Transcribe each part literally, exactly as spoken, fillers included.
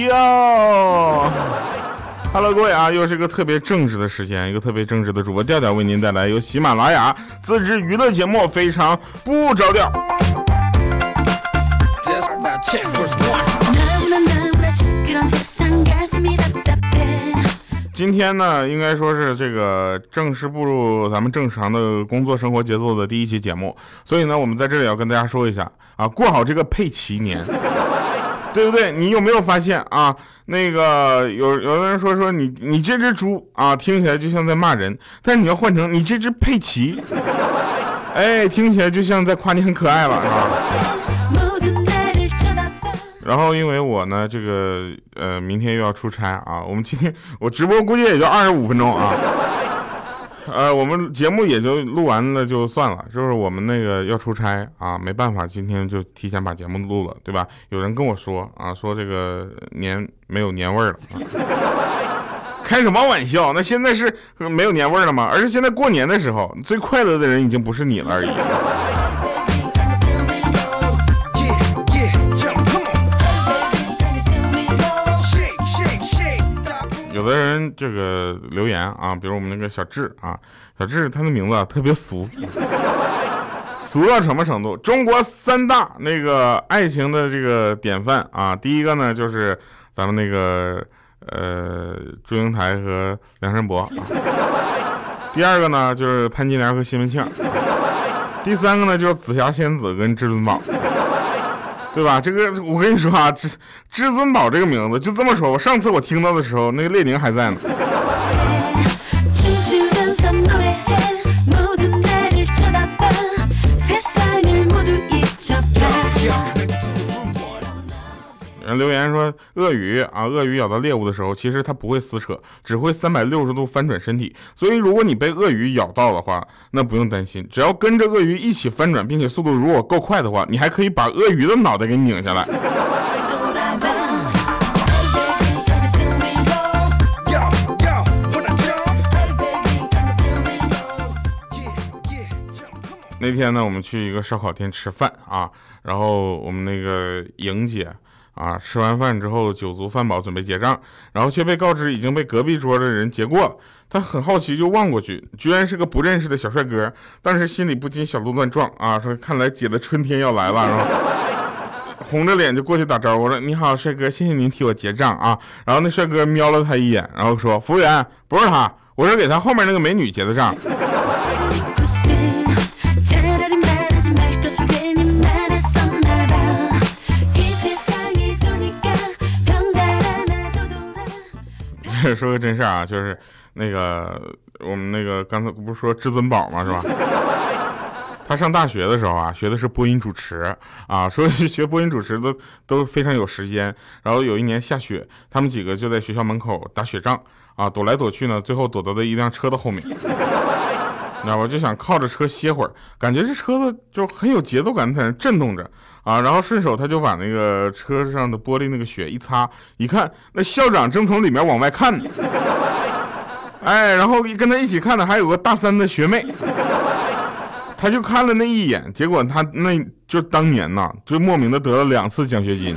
Radio。Hello， 各位啊，又是一个特别正直的时间，一个特别正直的主播调调为您带来由喜马拉雅自制娱乐节目《非常不着调》。今天呢，应该说是这个正式步入咱们正常的工作生活节奏的第一期节目，所以呢，我们在这里要跟大家说一下啊，过好这个佩奇年。对不对？你有没有发现啊？那个有有的人说说你你这只猪啊，听起来就像在骂人，但是你要换成你这只佩奇，哎，听起来就像在夸你很可爱了啊。然后因为我呢，这个呃，明天又要出差啊，我们今天我直播估计也就二十五分钟啊。呃，我们节目也就录完了就算了，就是我们那个要出差啊，没办法，今天就提前把节目录了，对吧？有人跟我说啊，说这个年没有年味儿了、啊，开什么玩笑？那现在是没有年味儿了吗？而是现在过年的时候，最快乐的人已经不是你了而已。有的人这个留言啊，比如我们那个小智啊，小智他的名字啊特别俗，俗到什么程度？中国三大那个爱情的这个典范啊，第一个呢就是咱们那个呃祝英台和梁山伯、啊，第二个呢就是潘金莲和西门庆，第三个呢就是紫霞仙子跟至尊宝。对吧？这个我跟你说啊，至至尊宝这个名字就这么说。我上次我听到的时候，那个列宁还在呢。有人留言说，鳄鱼啊，鳄鱼咬到猎物的时候，其实它不会撕扯，只会三百六十度翻转身体。所以，如果你被鳄鱼咬到的话，那不用担心，只要跟着鳄鱼一起翻转，并且速度如果够快的话，你还可以把鳄鱼的脑袋给拧下来。那天呢，我们去一个烧烤店吃饭啊，然后我们那个莹姐。啊！吃完饭之后酒足饭饱，准备结账，然后却被告知已经被隔壁桌的人结过了。他很好奇，就望过去，居然是个不认识的小帅哥。当时心里不禁小鹿乱撞啊，说看来姐的春天要来了，然后红着脸就过去打招呼了：“你好，帅哥，谢谢您替我结账啊。”然后那帅哥瞄了他一眼，然后说：“服务员，不是他，我是给他后面那个美女结的账。”说个真事啊，就是那个我们那个刚才不是说至尊宝吗？是吧？他上大学的时候啊，学的是播音主持啊，说学播音主持都都非常有时间。然后有一年下雪，他们几个就在学校门口打雪仗啊，躲来躲去呢，最后躲到了一辆车的后面。那我就想靠着车歇会儿，感觉这车子就很有节奏感，在那震动着啊，然后顺手他就把那个车上的玻璃那个雪一擦，一看那校长正从里面往外看呢，哎，然后跟他一起看的还有个大三的学妹，他就看了那一眼，结果他那就当年呐，就莫名的得了两次奖学金。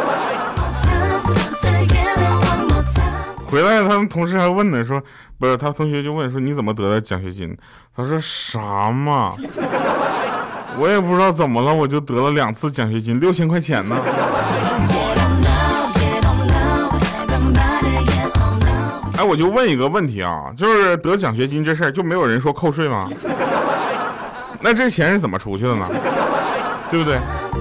回来他们同事还问呢，说不是，他同学就问说你怎么得的奖学金？他说啥嘛，我也不知道怎么了，我就得了两次奖学金，六千块钱呢。哎，我就问一个问题啊，就是得奖学金这事儿就没有人说扣税吗？那这钱是怎么出去的呢？对不对？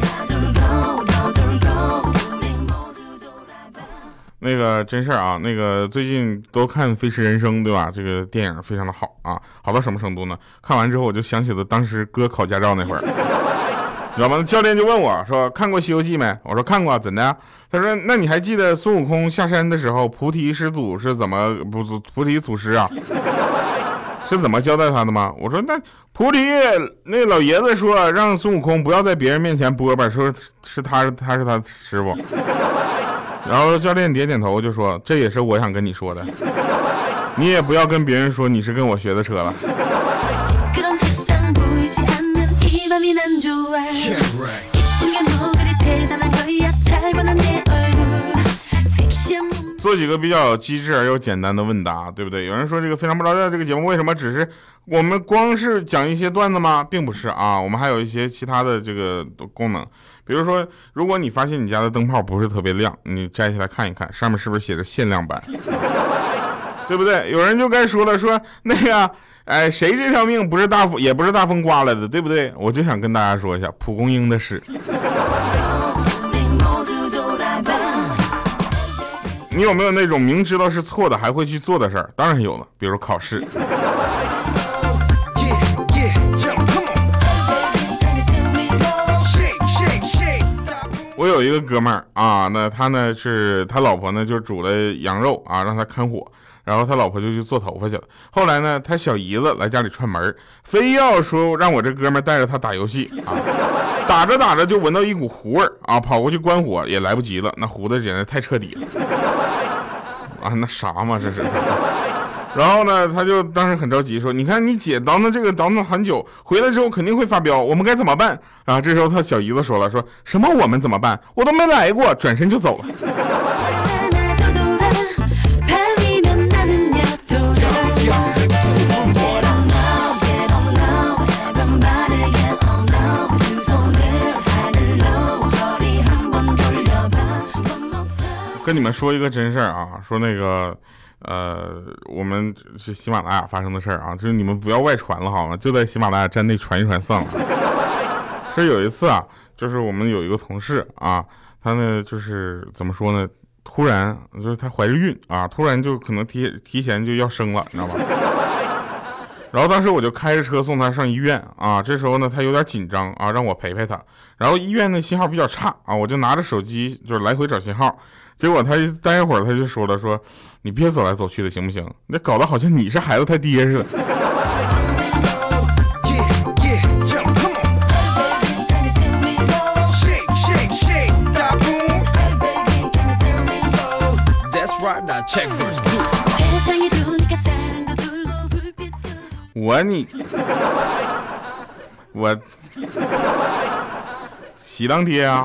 那个真事儿啊，那个最近都看《飞驰人生》对吧？这个电影非常的好啊，好到什么程度呢？看完之后我就想起了当时哥考驾照那会儿，知道吗？教练就问我说：“看过《西游记》没？”我说：“看过。”怎的呀？他说：“那你还记得孙悟空下山的时候，菩提师祖是怎么不菩提祖师啊？是怎么交代他的吗？”我说：“那菩提那老爷子说让孙悟空不要在别人面前播吧，说是他他是他师傅。”然后教练点点头就说：“这也是我想跟你说的，你也不要跟别人说你是跟我学的车了。” 做几个比较机智而又简单的问答，对不对？有人说这个非常不着调这个节目为什么只是我们光是讲一些段子吗？并不是啊，我们还有一些其他的这个功能。比如说，如果你发现你家的灯泡不是特别亮，你摘下来看一看，上面是不是写着限量版，对不对？有人就该说了，说那个，哎，谁这条命不是大风，也不是大风刮来的，对不对？我就想跟大家说一下，蒲公英的事。你有没有那种明知道是错的还会去做的事儿？当然有了，比如考试。我有一个哥们儿啊，那他呢是他老婆呢就煮了羊肉啊，让他看火，然后他老婆就去做头发去了。后来呢，他小姨子来家里串门，非要说让我这哥们儿带着他打游戏啊，打着打着就闻到一股糊味儿啊，跑过去关火也来不及了，那糊的简直太彻底了啊，那啥嘛这是。然后呢，他就当时很着急说：“你看你姐倒腾这个倒腾很久，回来之后肯定会发飙，我们该怎么办？”啊，这时候他小姨子说了：“说什么我们怎么办？我都没来过。”转身就走了。跟你们说一个真事儿啊，说那个。呃，我们是喜马拉雅发生的事儿啊，就是你们不要外传了好吗？就在喜马拉雅站内传一传算了。是有一次啊，就是我们有一个同事啊，他呢就是怎么说呢，突然就是他怀着孕啊，突然就可能提提前就要生了，你知道吧？然后当时我就开着车送他上医院啊，这时候呢他有点紧张啊，让我陪陪他。然后医院的信号比较差啊，我就拿着手机就是来回找信号。结果他待一会儿他就说了，说你别走来走去的行不行？那搞得好像你是孩子他爹似的。我你我喜当爹啊。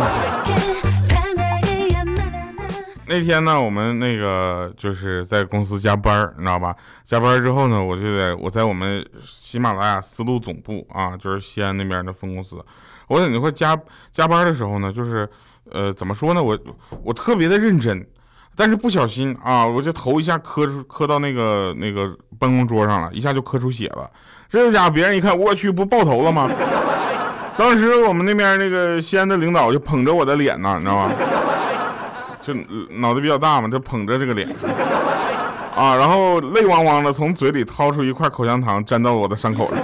那天呢，我们那个就是在公司加班，你知道吧？加班之后呢，我就在我在我们喜马拉雅思路总部啊，就是西安那边的分公司。我在那块加加班的时候呢，就是呃，怎么说呢？我我特别的认真，但是不小心啊，我就头一下磕出磕到那个那个办公桌上了，一下就磕出血了。这家伙别人一看，我去，不爆头了吗？当时我们那边那个西安的领导就捧着我的脸呢，你知道吗？就脑袋比较大嘛，就捧着这个脸啊，然后泪汪汪的从嘴里掏出一块口香糖，粘到我的伤口上。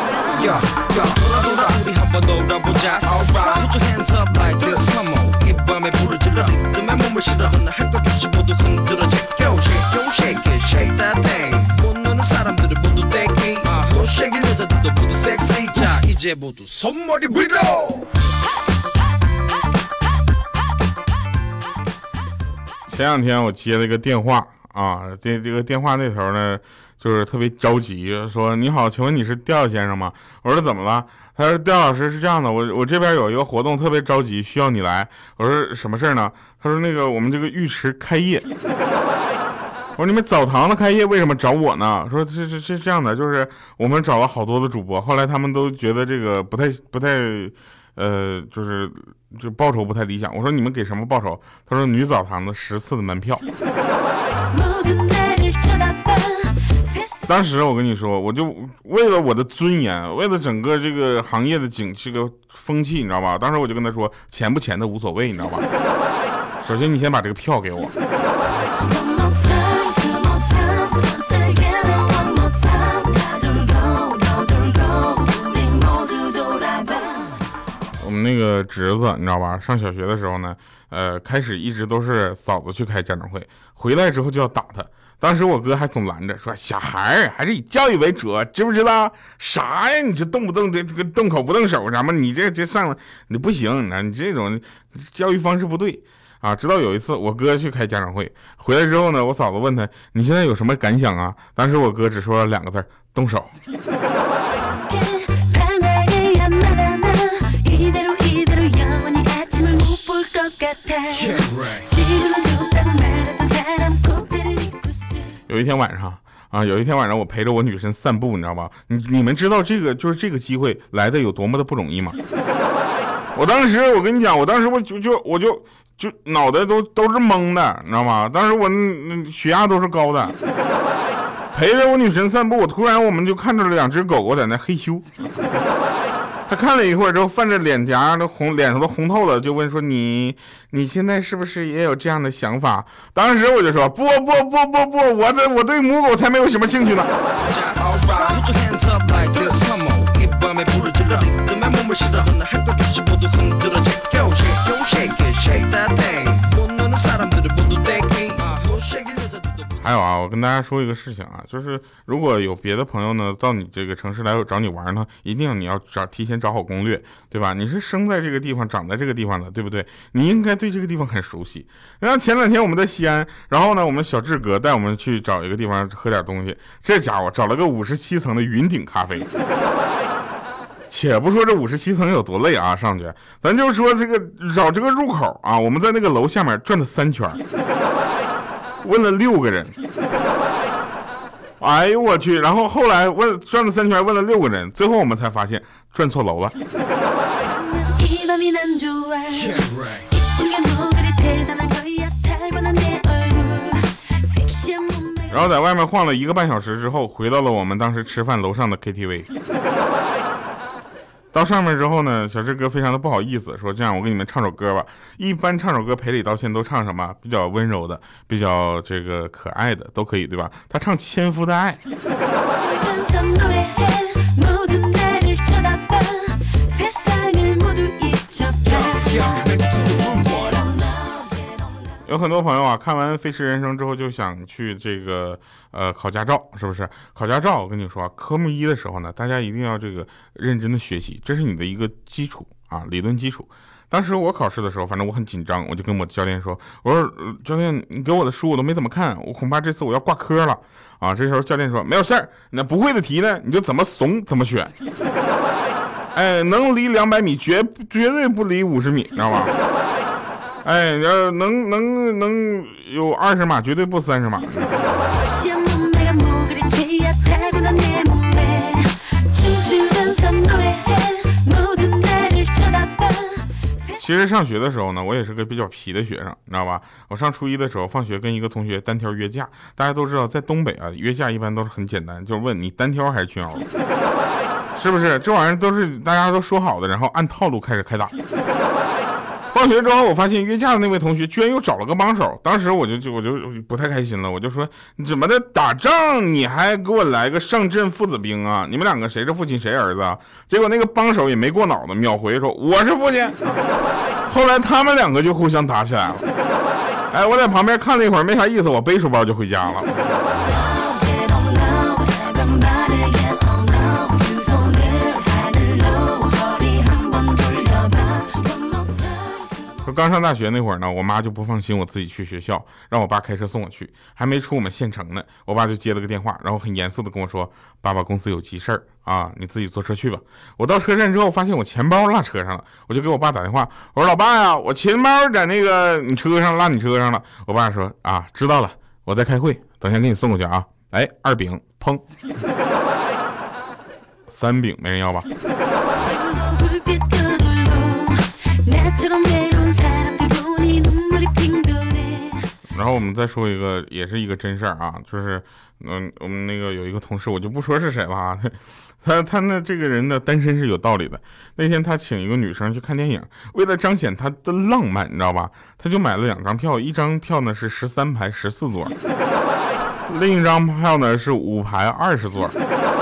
前两天我接了一个电话啊，这这个电话那头呢，就是特别着急，说你好，请问你是廖先生吗？我说怎么了？他说廖老师是这样的，我我这边有一个活动特别着急，需要你来。我说什么事呢？他说那个我们这个浴池开业。我说你们澡堂子开业为什么找我呢？说这这是这样的，就是我们找了好多的主播，后来他们都觉得这个不太不太。呃，就是就报酬不太理想。我说你们给什么报酬？他说女澡堂的十次的门票。当时我跟你说，我就为了我的尊严，为了整个这个行业的景这个风气，你知道吧？当时我就跟他说，钱不钱的无所谓，你知道吧？首先你先把这个票给我。我们那个侄子你知道吧，上小学的时候呢，呃，开始一直都是嫂子去开家长会，回来之后就要打他。当时我哥还总拦着说，小孩还是以教育为主，知不知道？啥呀？你这动不动这这个动口不动手什么？你这这上了你不行，你这种教育方式不对啊！直到有一次我哥去开家长会，回来之后呢，我嫂子问他，你现在有什么感想啊？当时我哥只说了两个字，动手。 有一天晚上啊，有一天晚上我陪着我女神散步，你知道吧？你你们知道这个就是这个机会来的有多么的不容易吗？我当时我跟你讲，我当时我就就我就就脑袋都都是懵的，你知道吗？当时我那血压都是高的，陪着我女神散步，我突然我们就看着了两只狗狗在那嘿咻。他看了一会儿之后，泛着脸颊的红，脸上都红透了，就问说：“你你现在是不是也有这样的想法？”当时我就说：“不不不不不，我的我对母狗才没有什么兴趣呢。”还有啊，我跟大家说一个事情啊，就是如果有别的朋友呢到你这个城市来找你玩呢，一定你要找提前找好攻略，对吧？你是生在这个地方长在这个地方的，对不对？你应该对这个地方很熟悉。然后前两天我们在西安，然后呢我们小志哥带我们去找一个地方喝点东西，这家伙找了个五十七层的云顶咖啡。且不说这五十七层有多累啊，上去咱就说这个找这个入口啊，我们在那个楼下面转了三圈，问了六个人，哎呦我去！然后后来问转了三圈，问了六个人，最后我们才发现转错楼了。然后在外面晃了一个半小时之后，回到了我们当时吃饭楼上的 K T V。到上面之后呢，小志哥非常的不好意思，说这样我给你们唱首歌吧。一般唱首歌赔礼道歉都唱什么？比较温柔的，比较这个可爱的都可以，对吧？他唱《千夫的爱》。有很多朋友啊，看完《飞驰人生》之后就想去这个呃考驾照，是不是？考驾照，我跟你说，科目一的时候呢，大家一定要这个认真的学习，这是你的一个基础啊，理论基础。当时我考试的时候，反正我很紧张，我就跟我教练说：“我说、呃、教练，你给我的书我都没怎么看，我恐怕这次我要挂科了啊！”这时候教练说：“没有事儿，那不会的题呢，你就怎么怂怎么选。哎，能离两百米，绝绝对不离五十米，知道吗？”哎，要能能能有二十码，绝对不三十码。其实上学的时候呢，我也是个比较皮的学生，你知道吧？我上初一的时候，放学跟一个同学单挑约架。大家都知道，在东北啊，约架一般都是很简单，就是问你单挑还是群殴，是不是？这玩意儿都是大家都说好的，然后按套路开始开打。放学之后，我发现约架的那位同学居然又找了个帮手，当时我就就我就不太开心了，我就说你怎么的打仗你还给我来个上阵父子兵啊？你们两个谁是父亲谁儿子啊？结果那个帮手也没过脑子，秒回说我是父亲。后来他们两个就互相打起来了。哎，我在旁边看了一会儿，没啥意思，我背书包就回家了。刚上大学那会儿呢，我妈就不放心我自己去学校，让我爸开车送我去。还没出我们县城呢，我爸就接了个电话，然后很严肃的跟我说：“爸爸公司有急事儿啊，你自己坐车去吧。”我到车站之后发现我钱包落车上了，我就给我爸打电话，我说：“老爸呀，我钱包在那个你车上落你车上了。”我爸说：“啊，知道了，我在开会，等下给你送过去啊。”哎，二饼砰，三饼没人要吧？然后我们再说一个，也是一个真事儿啊，就是嗯，我们那个有一个同事，我就不说是谁了啊，他他那这个人的单身是有道理的。那天他请一个女生去看电影，为了彰显他的浪漫，你知道吧？他就买了两张票，一张票呢是十三排十四座，另一张票呢是五排二十座。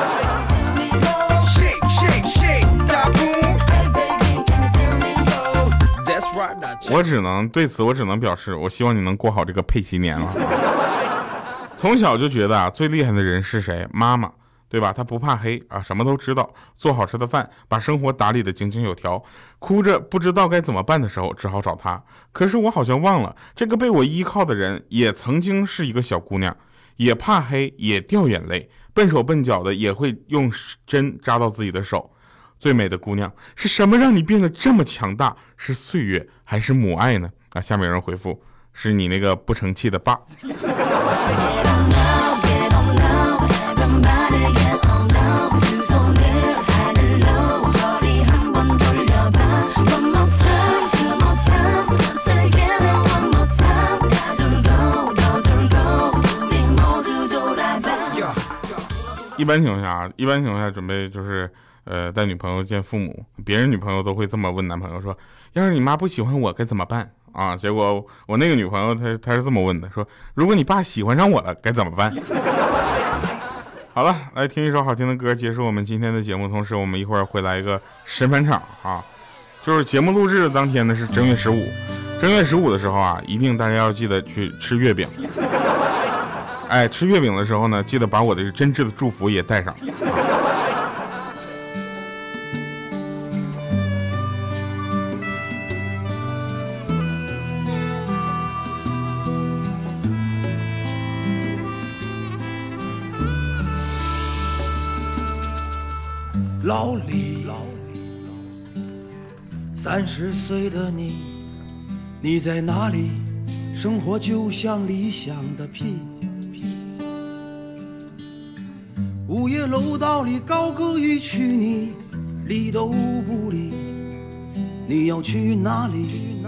我只能对此我只能表示，我希望你能过好这个佩奇年了。从小就觉得啊，最厉害的人是谁？妈妈，对吧？她不怕黑啊，什么都知道，做好吃的饭，把生活打理得井井有条。哭着不知道该怎么办的时候，只好找她。可是我好像忘了，这个被我依靠的人也曾经是一个小姑娘，也怕黑，也掉眼泪，笨手笨脚的，也会用针扎到自己的手。最美的姑娘是什么让你变得这么强大？是岁月还是母爱呢？啊，下面有人回复，是你那个不成器的爸。 一般情况下啊，一般情况下准备就是呃带女朋友见父母，别人女朋友都会这么问男朋友说，要是你妈不喜欢我该怎么办啊？结果我那个女朋友她她是这么问的，说如果你爸喜欢上我了该怎么办？好了，来听一首好听的歌，结束我们今天的节目。同时，我们一会儿会来一个神返场啊，就是节目录制的当天呢是正月十五，正月十五的时候啊，一定大家要记得去吃月饼。哎，吃月饼的时候呢，记得把我的真挚的祝福也带上。 老李，三十岁的你，你在哪里？生活就像理想的屁。午夜楼道里高歌一曲你理都不理，你要去哪里？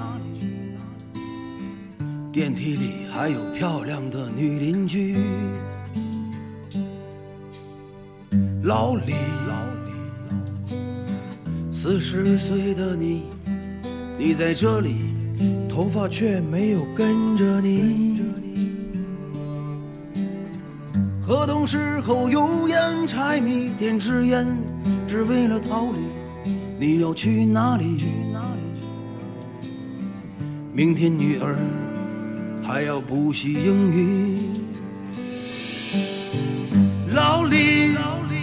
电梯里还有漂亮的女邻居。老李，四十岁的你，你在这里，头发却没有跟着你。河东时候油盐柴米点支烟，只为了逃离。你要去哪里？明天女儿还要补习英语。老李，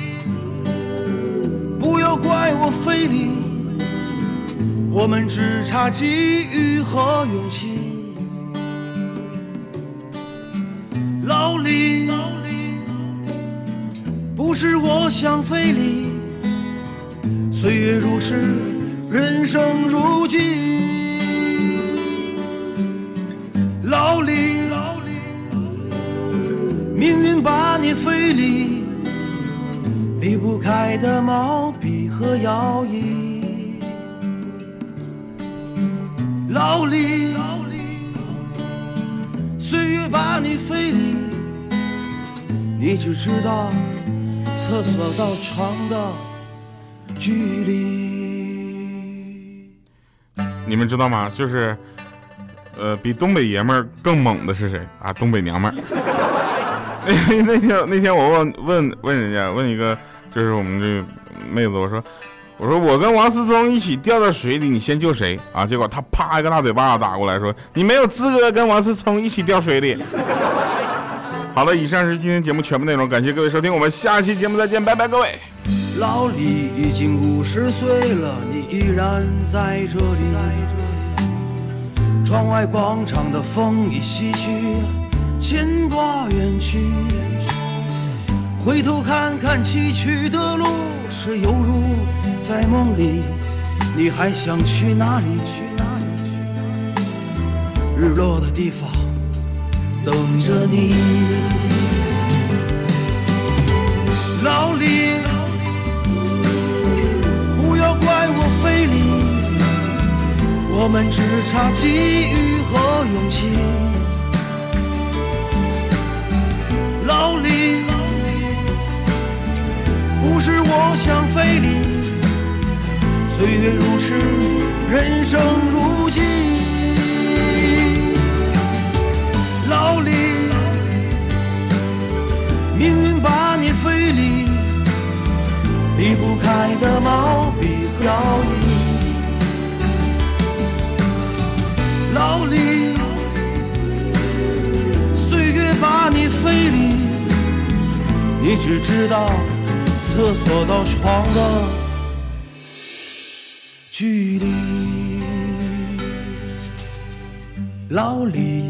不要怪我费力，我们只差机遇和勇气。老李，不是我想费力，岁月如诗，人生如寄。老李，命运把你费力，离不开的毛笔和摇椅。老李，岁月把你费力，你只知道厕所到床的距离。 你们知道吗？就是呃，比东北爷们儿更猛的是谁啊？东北娘们儿。那那天那天我问问问人家，问一个就是我们这个妹子，我说我说我跟王思聪一起掉到水里，你先救谁啊？结果他啪一个大嘴巴打过来，说你没有资格跟王思聪一起掉水里。好了，以上是今天节目全部内容，感谢各位收听，我们下期节目再见，拜拜，各位。 老李已经五十岁了，你依然在这里。窗外广场的风已唏嘘，牵挂远去。回头看看崎岖的路，是犹如在梦里。你还想去哪里？日落的地方等着你。老李，不要怪我费力，我们只差机遇和勇气。老李，不是我想费力，岁月如诗，人生如寄。老李，命运把你费力，离不开的毛笔和摇椅。老李，岁月把你费力，你只知道厕所到床的距离。老李，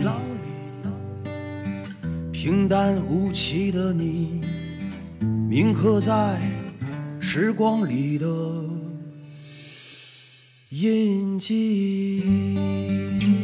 平淡无奇的你，铭刻在时光里的印记。